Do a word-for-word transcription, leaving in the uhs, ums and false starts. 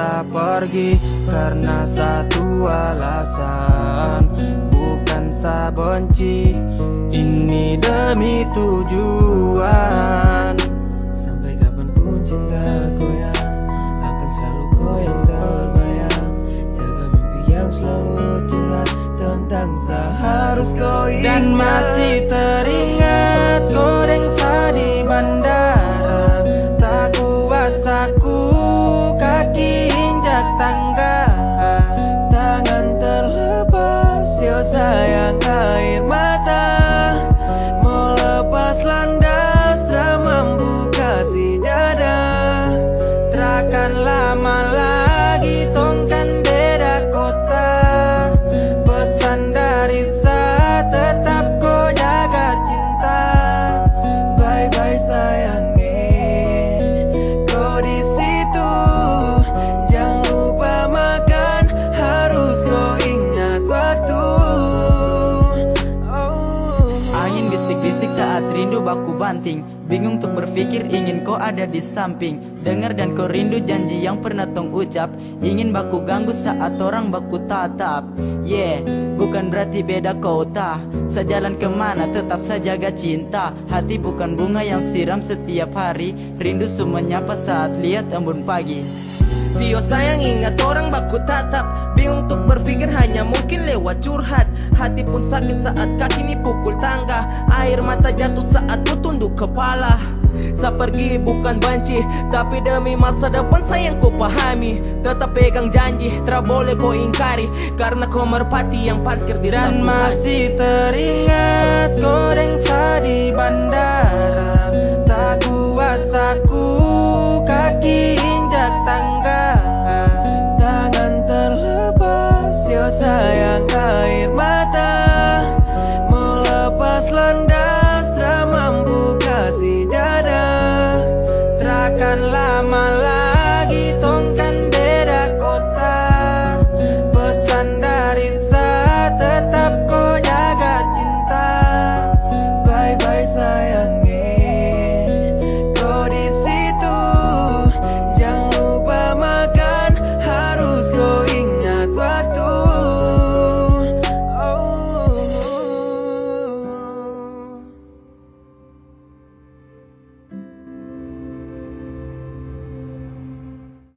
terpaksa pergi karena satu alasan, bukan saya benci, ini demi tujuan. Sampai kapanpun cinta goyang, akan selalu kau yang terbayang. Jaga mimpi yang selalu curhat tentang saya harus kau ingat. Dan masih teringat goreng saya di bandara, tak kuasa ku kaki injak tangga, tangan terlepas, yo sayang air mata, melepas landas, tak mampu kasih dada. Takkan lama lagi tongkan beda kota, pesan dari saya tetap kau jaga cinta. Bye bye sayangi, kau di situ, jangan lupa makan, harus kau ingat waktu. Oh. Angin bisik-bisik saat rindu baku banting, bingung untuk berpikir ingin kau ada di samping. Dengar dan kau rindu janji yang pernah tong ucap, ingin baku ganggu saat orang baku tatap. Yeah, bukan berarti beda kota, sejalan kemana tetap saya jaga cinta. Hati bukan bunga yang siram setiap hari, rindu semua nyapa saat lihat embun pagi. Sio sayang ingat orang baku tatap, bingung untuk berpikir hanya mungkin lewat curhat. Hati pun sakit saat kaki ini pukul tangga, air mata jatuh saat ku tunduk kepala. Saya pergi bukan benci, tapi demi masa depan sayang ku pahami. Tetap pegang janji, tak boleh kau ingkari, karena kau merpati yang parkir di Dan samping masih teringat goreng saya di bandara, tak kuasa ku kaki injak tangga, tangan terlepas, yo sayang air mata, melepas landas.